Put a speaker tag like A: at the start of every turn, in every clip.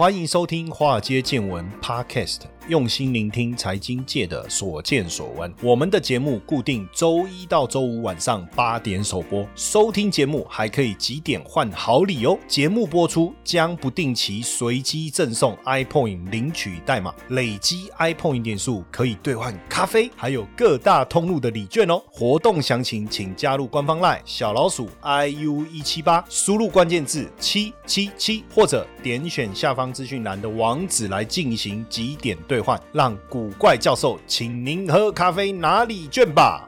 A: 欢迎收听华尔街见闻 Podcast， 用心聆听财经界的所见所闻。我们的节目固定周一到周五晚上8点首播，收听节目还可以集点换好礼哦。节目播出将不定期随机赠送 iPoint 领取代码，累积 iPoint 点数可以兑换咖啡，还有各大通路的礼券哦。活动详情请加入官方 LINE 小老鼠 IU178， 输入关键字777，或者点选下方资讯栏的网址来进行集点兑换，让古怪教授请您喝咖啡拿礼券吧。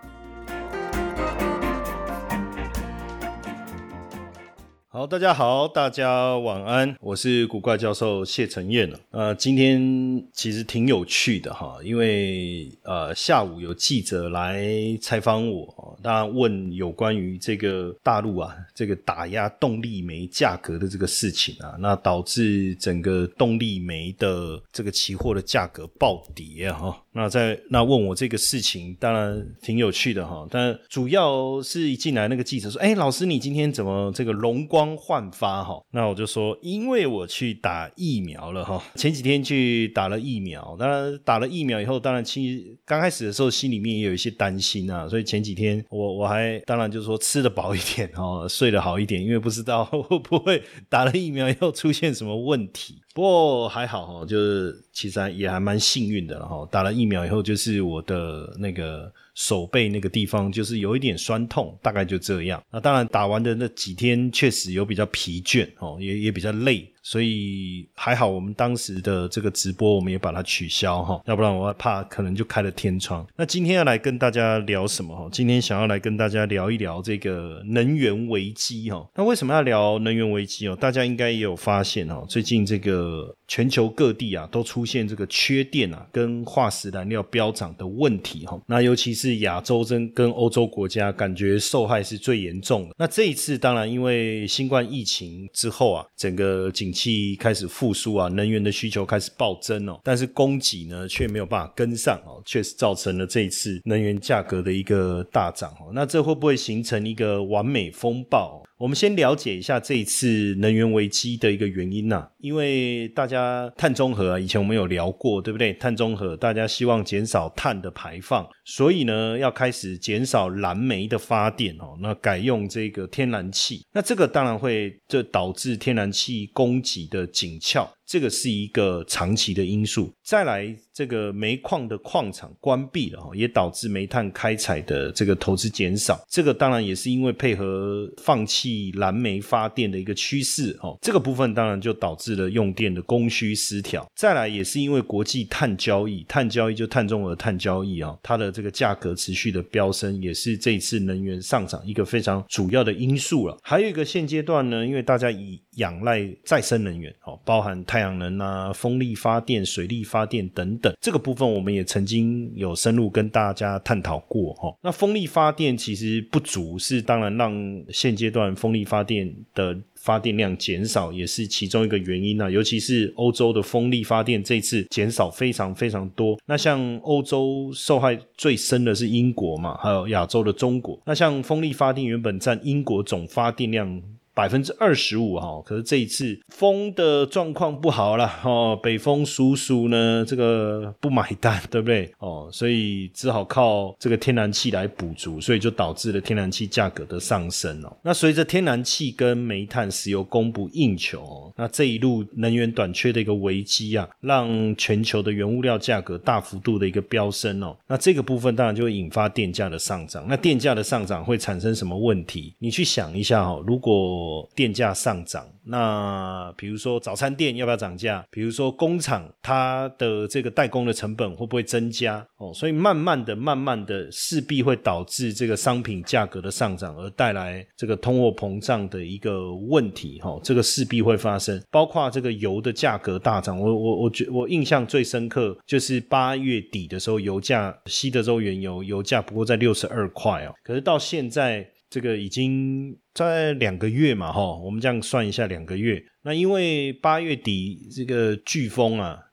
A: 好，大家好，大家晚安，我是古怪教授谢承彦。今天其实挺有趣的哈，因为下午有记者来采访我，当然问有关于这个大陆这个打压动力煤价格的这个事情那导致整个动力煤的这个期货的价格暴跌那问我这个事情当然挺有趣的哈，但主要是一进来那个记者说老师你今天怎么这个容光焕发那我就说因为我去打疫苗了前几天去打了疫苗，当然打了疫苗以后，当然其实刚开始的时候心里面也有一些担心所以前几天我还当然就是说吃得饱一点睡得好一点，因为不知道会不会打了疫苗以后出现什么问题。不过还好就是其实也还蛮幸运的打了疫苗以后，就是我的那个手背那个地方就是有一点酸痛，大概就这样。那当然打完的那几天确实有比较疲倦也比较累，所以还好我们当时的这个直播我们也把它取消要不然我怕可能就开了天窗。那今天要来跟大家聊什么今天想要来跟大家聊一聊这个能源危机那为什么要聊能源危机大家应该也有发现最近这个全球各地都出现这个缺电跟化石燃料飙涨的问题那尤其是亚洲跟欧洲国家感觉受害是最严重的。那这一次当然因为新冠疫情之后整个景气开始复苏能源的需求开始暴增但是供给呢却没有办法跟上确实造成了这一次能源价格的一个大涨那这会不会形成一个完美风暴我们先了解一下这一次能源危机的一个原因因为大家碳中和以前我们有聊过对不对？碳中和大家希望减少碳的排放，所以呢要开始减少燃煤的发电那改用这个天然气，那这个当然会导致天然气供给的紧俏，这个是一个长期的因素。再来这个煤矿的矿场关闭了也导致煤炭开采的这个投资减少，这个当然也是因为配合放弃燃煤发电的一个趋势这个部分当然就导致了用电的供需失调。再来也是因为国际碳交易就碳中和碳交易它的这个价格持续的飙升，也是这一次能源上涨一个非常主要的因素了。还有一个现阶段呢，因为大家仰赖再生能源包含太阳能风力发电水力发电等等，这个部分我们也曾经有深入跟大家探讨过那风力发电其实不足是当然让现阶段风力发电的发电量减少也是其中一个原因尤其是欧洲的风力发电这次减少非常非常多。那像欧洲受害最深的是英国嘛，还有亚洲的中国。那像风力发电原本占英国总发电量25%可是这一次风的状况不好啦北风叔叔呢这个不买单对不对所以只好靠这个天然气来补足，所以就导致了天然气价格的上升那随着天然气跟煤炭石油供不应求那这一路能源短缺的一个危机让全球的原物料价格大幅度的一个飙升那这个部分当然就会引发电价的上涨。那电价的上涨会产生什么问题？你去想一下如果电价上涨，那比如说早餐店要不要涨价？比如说工厂它的这个代工的成本会不会增加所以慢慢的势必会导致这个商品价格的上涨，而带来这个通货膨胀的一个问题这个势必会发生。包括这个油的价格大涨，我印象最深刻就是8月底的时候，油价西德州原油油价不过在62块可是到现在这个已经在2个月嘛我们这样算一下2个月。那因为8月底这个飓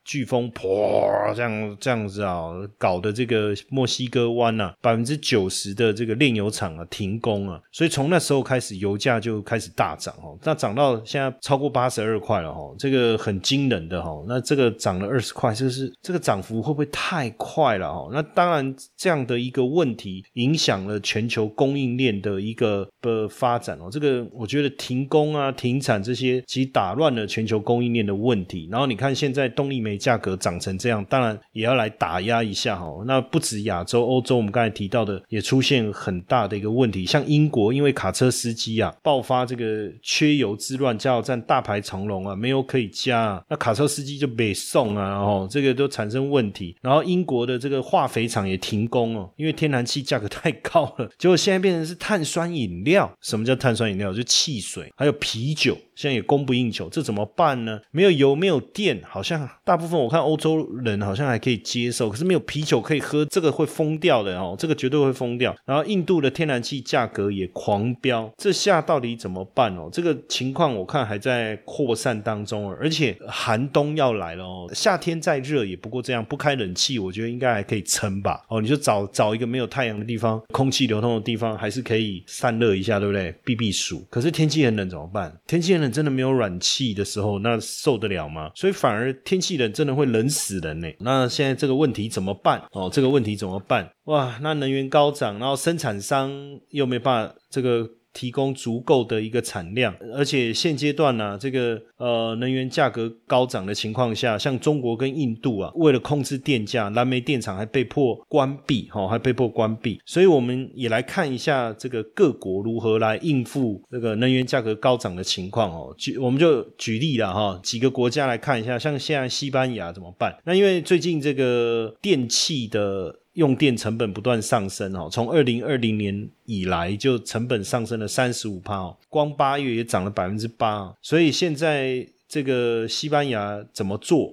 A: 飓风噗这样子啊，搞的这个墨西哥湾啊 90% 的这个炼油厂啊停工啊，所以从那时候开始油价就开始大涨那涨到现在超过82块了这个很惊人的那这个涨了20块，就是这个涨幅会不会太快了那当然这样的一个问题影响了全球供应链的一个发展这个我觉得停工啊停产这些其实打乱了全球供应链的问题，然后你看现在动力煤价格涨成这样，当然也要来打压一下那不止亚洲，欧洲我们刚才提到的也出现很大的一个问题，像英国因为卡车司机啊爆发这个缺油之乱，加油站大排长龙啊，没有可以加那卡车司机就没送啊这个都产生问题，然后英国的这个化肥厂也停工因为天然气价格太高了，结果现在变成是碳酸饮料。什么叫碳酸饮料？就汽水还有啤酒现在也供不应求，这怎么办呢？没有油没有电，好像大部分我看欧洲人好像还可以接受，可是没有啤酒可以喝，这个会疯掉的这个绝对会疯掉。然后印度的天然气价格也狂飙，这下到底怎么办这个情况我看还在扩散当中而且寒冬要来了夏天再热也不过这样，不开冷气我觉得应该还可以撑吧你就找一个没有太阳的地方，空气流通的地方，还是可以散热一下，对不对？避避暑。可是天气很冷怎么办？天气很冷真的没有暖气的时候，那受得了吗？所以反而天气冷真的会冷死人那现在这个问题怎么办这个问题怎么办？哇，那能源高涨，然后生产商又没办法这个提供足够的一个产量，而且现阶段这个能源价格高涨的情况下，像中国跟印度为了控制电价，燃煤电厂还被迫关闭所以我们也来看一下这个各国如何来应付这个能源价格高涨的情况我们就举例了几个国家来看一下，像现在西班牙怎么办？那因为最近这个电器的用电成本不断上升从2020年以来就成本上升了 35% 光8月也涨了 8% 所以现在这个西班牙怎么做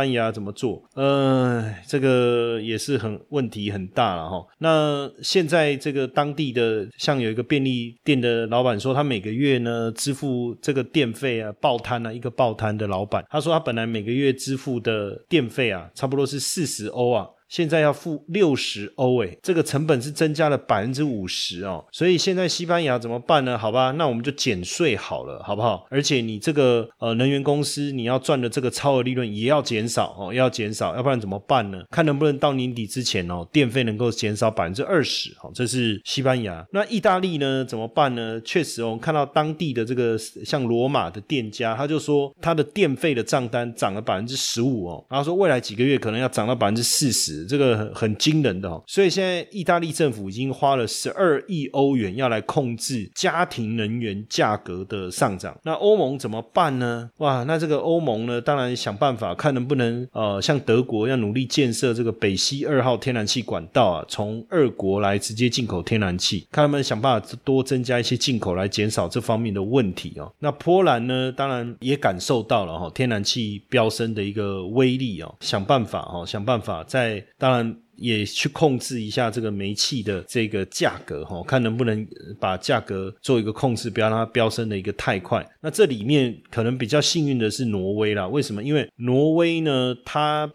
A: 这个也是问题很大了那现在这个当地的像有一个便利店的老板说，他每个月呢支付这个电费报摊一个报摊的老板，他说他本来每个月支付的电费差不多是40欧现在要付60欧这个成本是增加了 50% 所以现在西班牙怎么办呢？好吧，那我们就减税好了，好不好？而且你这个能源公司你要赚的这个超额利润也要减少要不然怎么办呢？看能不能到年底之前电费能够减少 20% 这是西班牙。那意大利呢怎么办呢？确实看到当地的这个像罗马的店家，他就说他的电费的账单涨了 15% 然后说未来几个月可能要涨到 40%，这个很惊人的所以现在意大利政府已经花了12亿欧元要来控制家庭能源价格的上涨。那欧盟怎么办呢？哇，那这个欧盟呢当然想办法看能不能像德国要努力建设这个北溪2号天然气管道从2国来直接进口天然气，看他们想办法多增加一些进口来减少这方面的问题那波兰呢当然也感受到了天然气飙升的一个威力想办法在当然也去控制一下这个煤气的这个价格看能不能把价格做一个控制，不要让它飙升的一个太快。那这里面可能比较幸运的是挪威啦，为什么？因为挪威呢它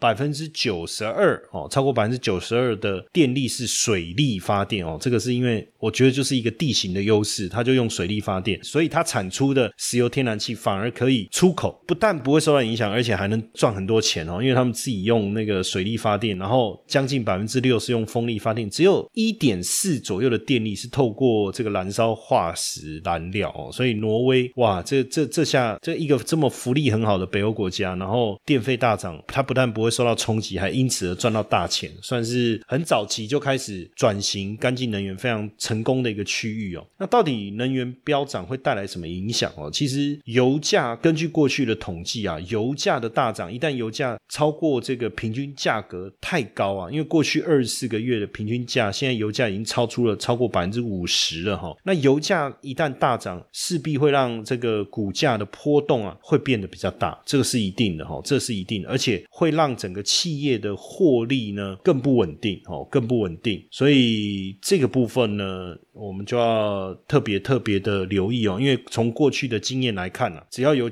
A: 92% 超过 92% 的电力是水力发电这个是因为我觉得就是一个地形的优势，它就用水力发电，所以它产出的石油天然气反而可以出口，不但不会受到影响，而且还能赚很多钱因为他们自己用那个水力发电，然后将近 6% 是用风力发电，只有 1.4 左右的电力是透过这个燃烧化石燃料所以挪威哇，这下这一个这么福利很好的北欧国家，然后电费大涨，它不但不会受到冲击，还因此而赚到大钱，算是很早期就开始转型干净能源非常成功的一个区域那到底能源飙涨会带来什么影响其实油价根据过去的统计油价的大涨，一旦油价超过这个平均价格太高因为过去24个月的平均价，现在油价已经超过 50% 了那油价一旦大涨，势必会让这个股价的波动会变得比较大，这个是一定的而且会让整个企业的获利呢更不稳定所以这个部分呢我们就要特别的留意因为从过去的经验来看只要油价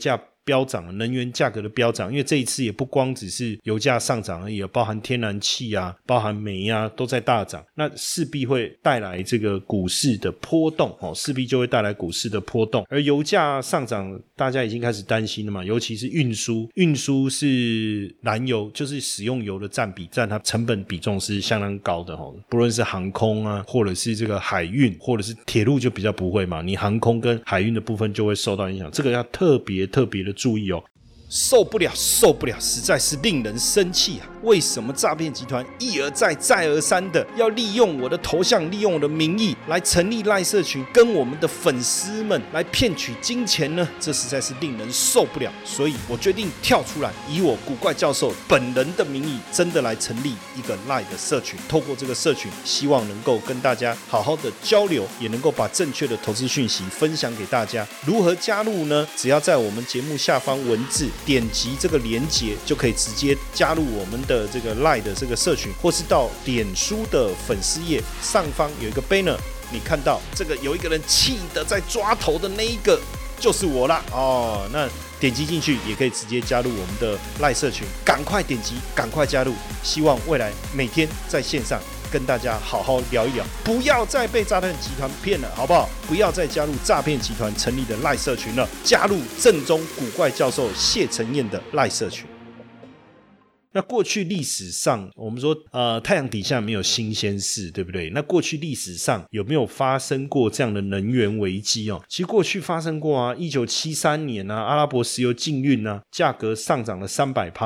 A: 飙涨，能源价格的飙涨，因为这一次也不光只是油价上涨而已，包含天然气啊，包含煤啊都在大涨，那势必会带来这个股市的波动势必就会带来股市的波动。而油价上涨大家已经开始担心了嘛，尤其是运输是燃油，就是使用油的占它成本比重是相当高的不论是航空啊，或者是这个海运，或者是铁路就比较不会嘛，你航空跟海运的部分就会受到影响，这个要特别的注意受不了，实在是令人生气啊！为什么诈骗集团一而再再而三的要利用我的头像，利用我的名义来成立赖社群，跟我们的粉丝们来骗取金钱呢？这实在是令人受不了，所以我决定跳出来，以我古怪教授本人的名义，真的来成立一个赖的社群。透过这个社群，希望能够跟大家好好的交流，也能够把正确的投资讯息分享给大家。如何加入呢？只要在我们节目下方文字点击这个连结，就可以直接加入我们的这个 LINE 的这个社群，或是到脸书的粉丝页上方有一个 banner， 你看到这个有一个人气的在抓头的那一个就是我啦那点击进去也可以直接加入我们的 LINE 社群，赶快点击，赶快加入，希望未来每天在线上跟大家好好聊一聊，不要再被诈骗集团骗了，好不好？不要再加入诈骗集团成立的赖社群了，加入正宗古怪教授谢承彦的赖社群。那过去历史上我们说太阳底下没有新鲜事，对不对？那过去历史上有没有发生过这样的能源危机其实过去发生过1973年阿拉伯石油禁运价格上涨了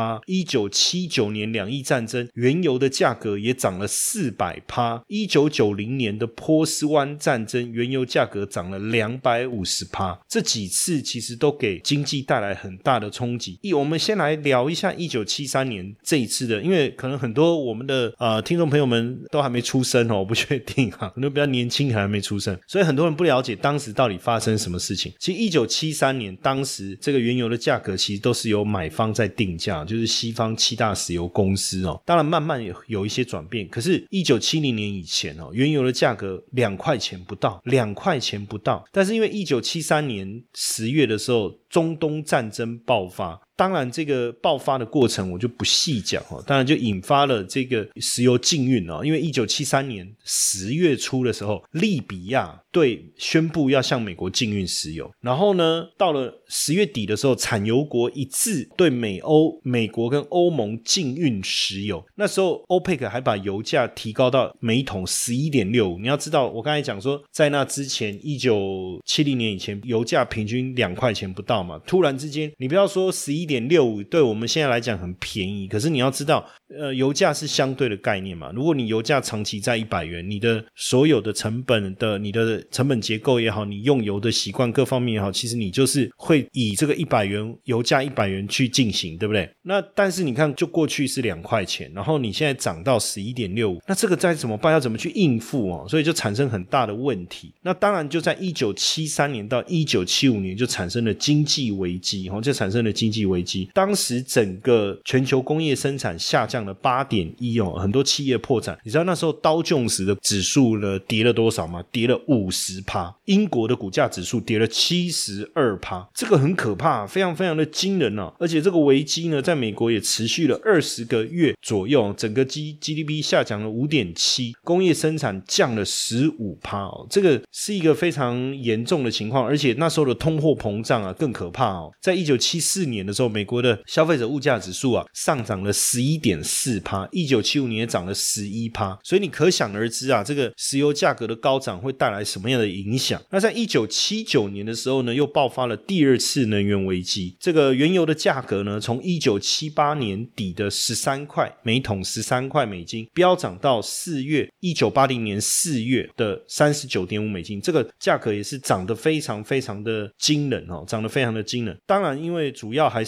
A: 300%，1979 年两伊战争原油的价格也涨了 400%，1990 年的波斯湾战争原油价格涨了 250%， 这几次其实都给经济带来很大的冲击。我们先来聊一下1973年这一次的，因为可能很多我们的听众朋友们都还没出生我不确定可能比较年轻还没出生，所以很多人不了解当时到底发生什么事情。其实1973年当时这个原油的价格其实都是由买方在定价，就是西方7大石油公司当然慢慢有一些转变，可是1970年以前原油的价格2块钱不到，但是因为1973年10月的时候中东战争爆发，当然这个爆发的过程我就不细讲当然就引发了这个石油禁运因为1973年10月初的时候，利比亚宣布要向美国禁运石油，然后呢到了10月底的时候，产油国一致对美国跟欧盟禁运石油，那时候 OPEC 还把油价提高到每桶 11.65， 你要知道我刚才讲说在那之前1970年以前油价平均2块钱不到嘛，突然之间你不要说 11.65 对我们现在来讲很便宜，可是你要知道油价是相对的概念嘛，如果你油价长期在100元，你的所有的成本的你的成本结构也好，你用油的习惯各方面也好，其实你就是会以这个100元油价100元去进行，对不对？那但是你看就过去是2块钱，然后你现在涨到 11.65， 那这个再怎么办，要怎么去应付所以就产生很大的问题。那当然就在1973年到1975年就产生了经济危机当时整个全球工业生产下降了 8.1 很多企业破产。你知道那时候道琼斯的指数呢跌了多少吗？跌了 50%， 英国的股价指数跌了 72%， 这个很可怕，非常非常的惊人而且这个危机呢在美国也持续了20个月左右，整个 GDP 下降了 5.7%， 工业生产降了 15%， 这个是一个非常严重的情况。而且那时候的通货膨胀更可怕在1974年的时候，美国的消费者物价指数上涨了 11.4%， 1975年也涨了 11%， 所以你可想而知这个石油价格的高涨会带来什么样的影响。那在1979年的时候呢，又爆发了第二次能源危机，这个原油的价格呢从1978年底的13块每桶13块美金飙涨到1980年4月的 39.5 美金，这个价格也是涨得非常非常的惊人涨得非常的惊人。当然因为主要还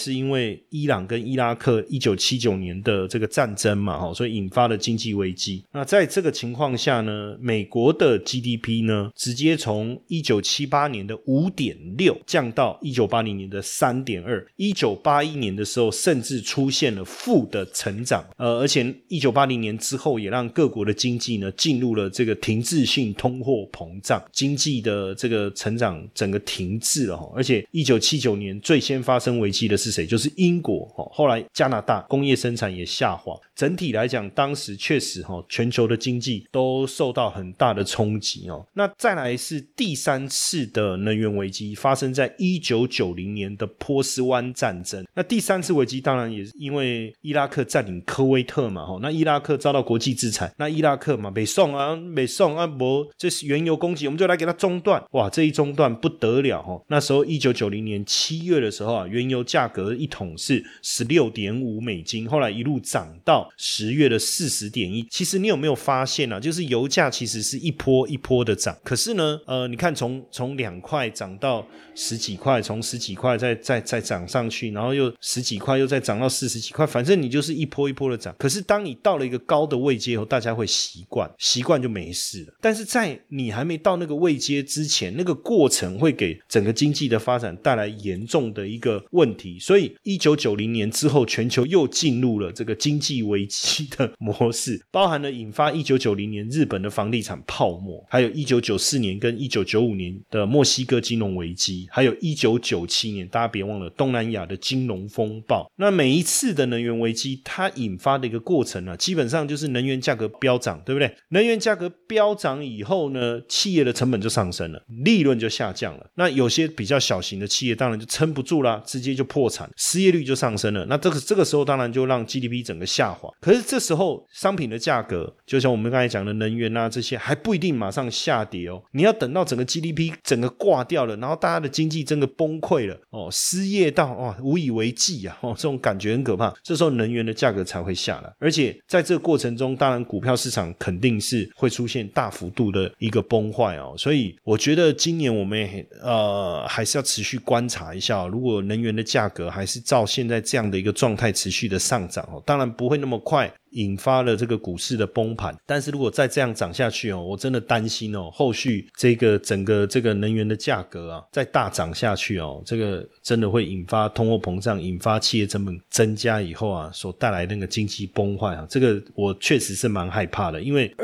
A: 是因为伊朗跟伊拉克1979年的这个战争嘛，所以引发了经济危机。那在这个情况下呢，美国的 GDP 呢直接从1978年的 5.6 降到1980年的 3.2， 1981年的时候甚至出现了负的成长，而且1980年之后也让各国的经济呢进入了这个停滞性通货膨胀，经济的这个成长整个停滞了。而且1979年最先发生危机的是谁？就是英国，后来加拿大工业生产也下滑，整体来讲当时确实全球的经济都受到很大的冲击。那再来是第3次的能源危机，发生在1990年的波斯湾战争。那第3次危机当然也是因为伊拉克占领科威特嘛，那伊拉克遭到国际制裁，那伊拉克嘛不送啊，这是原油供给我们就来给它中断。哇，这一中断不得了。那时候1990年7月的时候原油价格一桶是 16.5 美金，后来一路涨到10月的 40.1。 其实你有没有发现就是油价其实是一波一波的涨，可是呢你看从2块涨到10几块，从10几块再涨上去，然后又10几块又再涨到40几块，反正你就是一波一波的涨。可是当你到了一个高的位阶后，大家会习惯就没事了。但是在你还没到那个位阶之前，那个过程会给整个经济的发展带来严重的一个问题。所以1990年之后，全球又进入了这个经济危机的模式，包含了引发1990年日本的房地产泡沫，还有1994年跟1995年的墨西哥金融危机，还有1997年大家别忘了东南亚的金融风暴。那每一次的能源危机它引发的一个过程基本上就是能源价格飙涨，对不对？能源价格飙涨以后呢，企业的成本就上升了，利润就下降了。那有些比较小型的企业当然就撑不住啦，直接就破产，失业率就上升了。那这个时候当然就让 GDP 整个下滑。可是这时候商品的价格就像我们刚才讲的能源这些还不一定马上下跌你要等到整个 GDP 整个挂掉了，然后大家的经济真的崩溃了失业到无以为继这种感觉很可怕，这时候能源的价格才会下来。而且在这个过程中当然股票市场肯定是会出现大幅度的一个崩坏所以我觉得今年我们也还是要持续观察一下如果能源的价格还是照现在这样的一个状态持续的上涨当然不会那么快引发了这个股市的崩盘，但是如果再这样涨下去我真的担心后续这个整个这个能源的价格再大涨下去这个真的会引发通货膨胀，引发企业成本增加以后所带来那个经济崩坏这个我确实是蛮害怕的。因为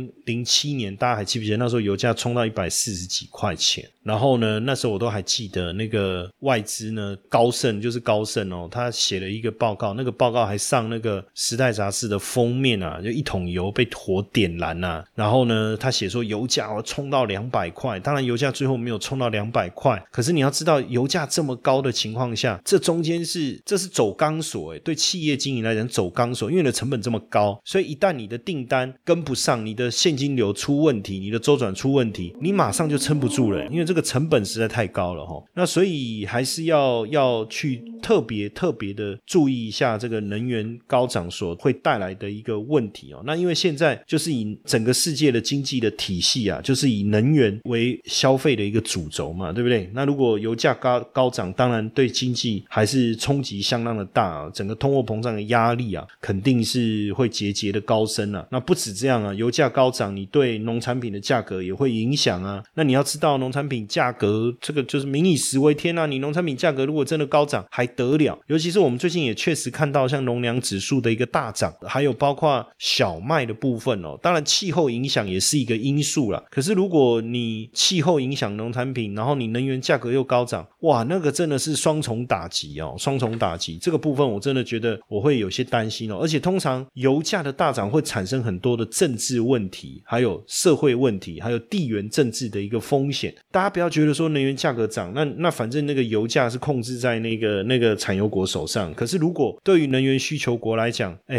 A: 2007年大家还记不记得那时候油价冲到140几块钱，然后呢那时候我都还记得那个外资呢高盛他写了一个报告，那个报告还上那个时代杂志的封面就一桶油被火点燃然后呢他写说油价冲到200块，当然油价最后没有冲到200块，可是你要知道油价这么高的情况下，这中间这是走钢索对企业经营来讲走钢索，因为你的成本这么高，所以一旦你的订单跟不上，你的现金流出问题，你的周转出问题，你马上就撑不住了，因为这个成本实在太高了那所以还是要去特别的注意一下这个能源高涨所会带来的一个问题那因为现在就是以整个世界的经济的体系就是以能源为消费的一个主轴嘛，对不对？那如果油价高涨，当然对经济还是冲击相当的大整个通货膨胀的压力肯定是会节节的高升那不止这样油价高涨，你对农产品的价格也会影响那你要知道农产品价格这个就是民以食为天你农产品价格如果真的高涨还得了，尤其是我们最近也确实看到像农粮指数的一个大涨，还有包括小麦的部分当然气候影响也是一个因素啦，可是如果你气候影响农产品，然后你能源价格又高涨，哇那个真的是双重打击这个部分我真的觉得我会有些担心而且通常油价的大涨会产生很多的政治问题，还有社会问题，还有地缘政治的一个风险。大家不要觉得说能源价格涨，那反正那个油价是控制在那个产油国手上，可是如果对于能源需求国来讲枸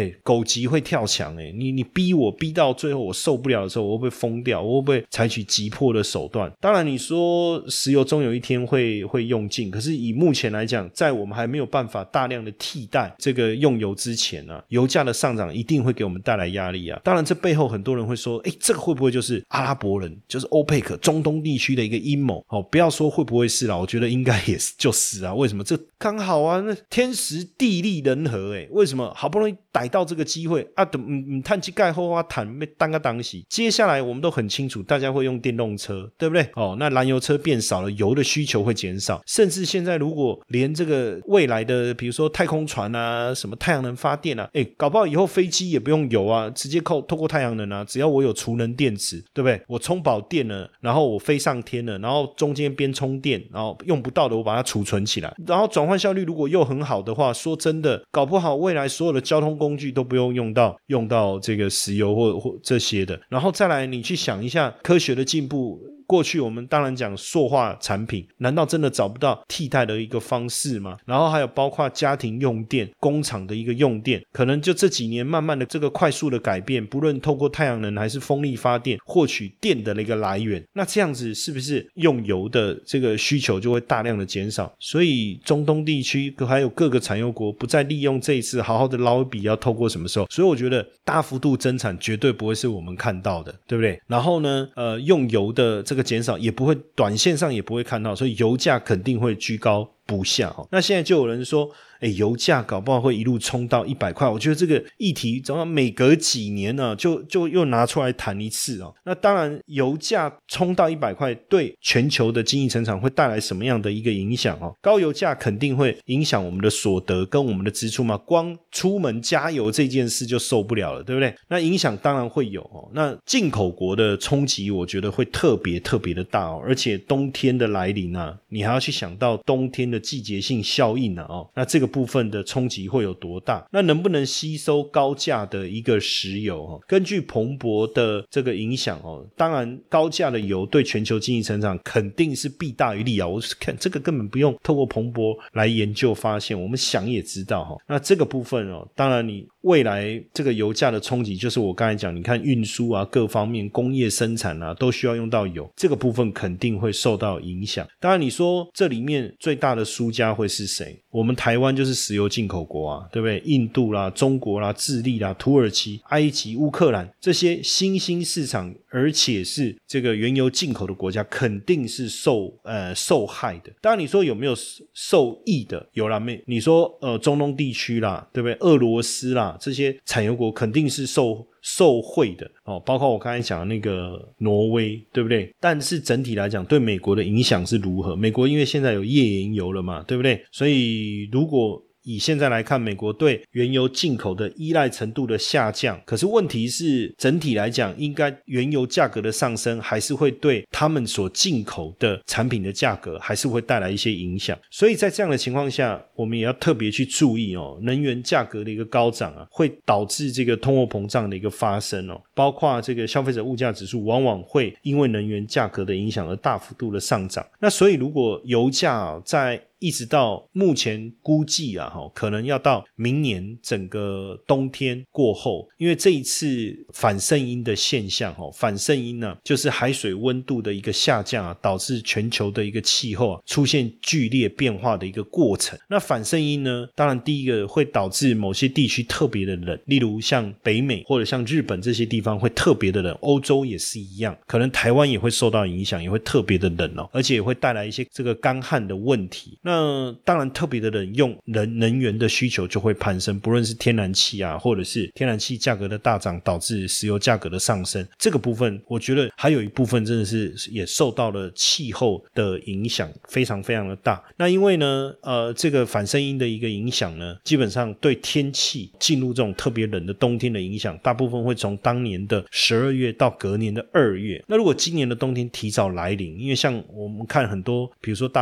A: 级会跳墙你逼我逼到最后我受不了的时候，我会不会疯掉？我会不会采取急迫的手段？当然你说石油终有一天会用尽，可是以目前来讲，在我们还没有办法大量的替代这个用油之前油价的上涨一定会给我们带来压力当然这背后很多人会说这个会不会就是阿拉伯人，就是欧佩克中东地区的一个阴谋不要说会不会是啦，我觉得应该也是就是为什么？这刚好那天时地利人和为什么好不容易逮到这个机会碳气盖后谈被当个当洗，接下来我们都很清楚大家会用电动车，对不对那燃油车变少了，油的需求会减少，甚至现在如果连这个未来的比如说太空船什么太阳能发电搞不好以后飞机也不用油直接透过太阳能只要我有储能电池，对不对？我充饱电了，然后我飞上天了，然后中间边充电，然后用不到的我把它储存起来，然后转换效率如果又很好的话，说真的搞不好未来所有的交通工具都不用用到这个石油或这些的。然后再来你去想一下科学的进步，过去我们当然讲塑化产品，难道真的找不到替代的一个方式吗？然后还有包括家庭用电，工厂的一个用电，可能就这几年慢慢的这个快速的改变，不论透过太阳能还是风力发电获取电的一个来源，那这样子是不是用油的这个需求就会大量的减少？所以中东地区还有各个产油国不再利用这一次好好的捞一笔，要透过什么时候？所以我觉得大幅度增产绝对不会是我们看到的，对不对？然后呢用油的这个减少也不会，短线上也不会看到，所以油价肯定会居高不下那现在就有人说油价搞不好会一路冲到100块，我觉得这个议题总要每隔几年就又拿出来谈一次那当然油价冲到100块对全球的经济成长会带来什么样的一个影响高油价肯定会影响我们的所得跟我们的支出嘛，光出门加油这件事就受不了了，对不对？那影响当然会有那进口国的冲击我觉得会特别特别的大而且冬天的来临你还要去想到冬天的季节性效应那这个部分的冲击会有多大？那能不能吸收高价的一个石油根据彭博的这个影响当然高价的油对全球经济成长肯定是弊大于利我看这个根本不用透过彭博来研究发现，我们想也知道那这个部分当然你未来这个油价的冲击就是我刚才讲，你看运输各方面工业生产都需要用到油，这个部分肯定会受到影响。当然你说这里面最大的输家会是谁？我们台湾就是石油进口国对不对？印度啦、中国啦、智利啦、土耳其、埃及、乌克兰这些新兴市场，而且是这个原油进口的国家，肯定是受害的。当然你说有没有受益的？有啦，你说中东地区啦，对不对？俄罗斯啦，这些产油国肯定是受惠的包括我刚才讲的那个挪威，对不对？但是整体来讲对美国的影响是如何？美国因为现在有页岩油了嘛，对不对？所以如果以现在来看，美国对原油进口的依赖程度的下降，可是问题是整体来讲应该原油价格的上升还是会对他们所进口的产品的价格还是会带来一些影响。所以在这样的情况下，我们也要特别去注意能源价格的一个高涨会导致这个通货膨胀的一个发生包括这个消费者物价指数往往会因为能源价格的影响而大幅度的上涨。那所以如果油价在一直到目前估计可能要到明年整个冬天过后，因为这一次反圣婴的现象反圣婴就是海水温度的一个下降导致全球的一个气候出现剧烈变化的一个过程。那反圣婴呢，当然第一个会导致某些地区特别的冷，例如像北美或者像日本这些地方会特别的冷，欧洲也是一样，可能台湾也会受到影响，也会特别的冷而且也会带来一些这个干旱的问题。那当然特别的冷，用能源的需求就会攀升，不论是天然气或者是天然气价格的大涨导致石油价格的上升，这个部分我觉得还有一部分真的是也受到了气候的影响，非常非常的大。那因为呢这个反圣婴的一个影响呢，基本上对天气进入这种特别冷的冬天的影响，大部分会从当年的12月到隔年的2月。那如果今年的冬天提早来临，因为像我们看很多比如说大陆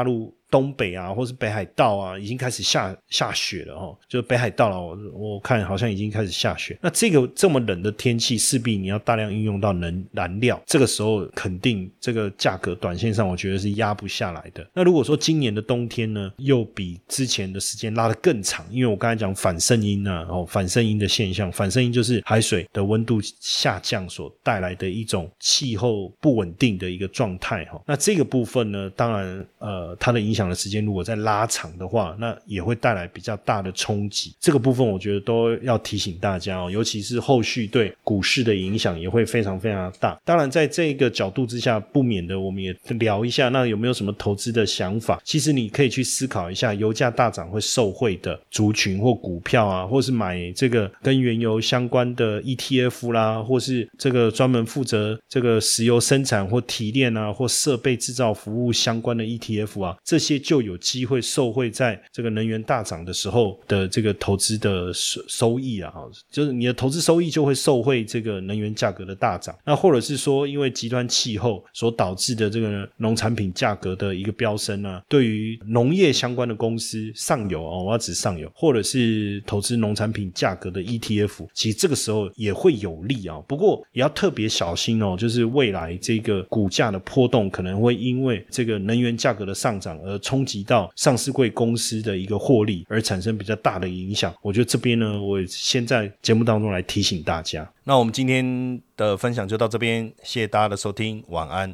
A: 东北啊或是北海道啊已经开始下雪了就北海道了我看好像已经开始下雪。那这个这么冷的天气势必你要大量运用到燃料，这个时候肯定这个价格短线上我觉得是压不下来的。那如果说今年的冬天呢又比之前的时间拉得更长，因为我刚才讲反圣婴反圣婴的现象，反圣婴就是海水的温度下降所带来的一种气候不稳定的一个状态那这个部分呢当然它的影响的时间如果再拉长的话，那也会带来比较大的冲击。这个部分我觉得都要提醒大家尤其是后续对股市的影响也会非常非常大。当然在这个角度之下不免的我们也聊一下，那有没有什么投资的想法。其实你可以去思考一下油价大涨会受惠的族群或股票啊，或是买这个跟原油相关的 ETF 啦，或是这个专门负责这个石油生产或提炼啊或设备制造服务相关的 ETF 啊，这些就有机会受惠在这个能源大涨的时候的这个投资的收益啊，就是你的投资收益就会受惠这个能源价格的大涨。那或者是说因为极端气候所导致的这个农产品价格的一个飙升啊，对于农业相关的公司上游我要指上游，或者是投资农产品价格的 ETF， 其实这个时候也会有利不过也要特别小心就是未来这个股价的波动可能会因为这个能源价格的上涨而冲击到上市柜公司的一个获利，而产生比较大的影响。我觉得这边呢我先在节目当中来提醒大家。那我们今天的分享就到这边，谢谢大家的收听，晚安。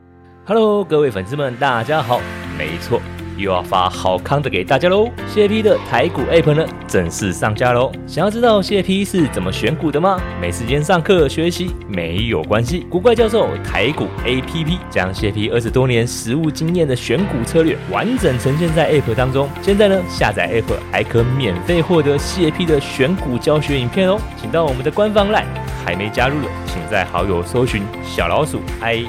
B: Hello， 各位粉丝们，大家好。没错，又要发好康的给大家咯。谢 P 的台股 App 呢正式上架咯。想要知道谢 P 是怎么选股的吗？没时间上课学习没有关系，古怪教授台股 APP 将谢 P 20多年实务经验的选股策略完整呈现在 App 当中。现在呢下载 App 还可免费获得谢 P 的选股教学影片哦。请到我们的官方 LINE， 还没加入的请在好友搜寻小老鼠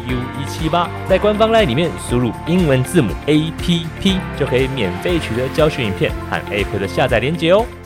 B: IU178， 在官方 LINE 里面输入英文字母 APP， 就可以免费取得教学影片和 App 的下载连结哦。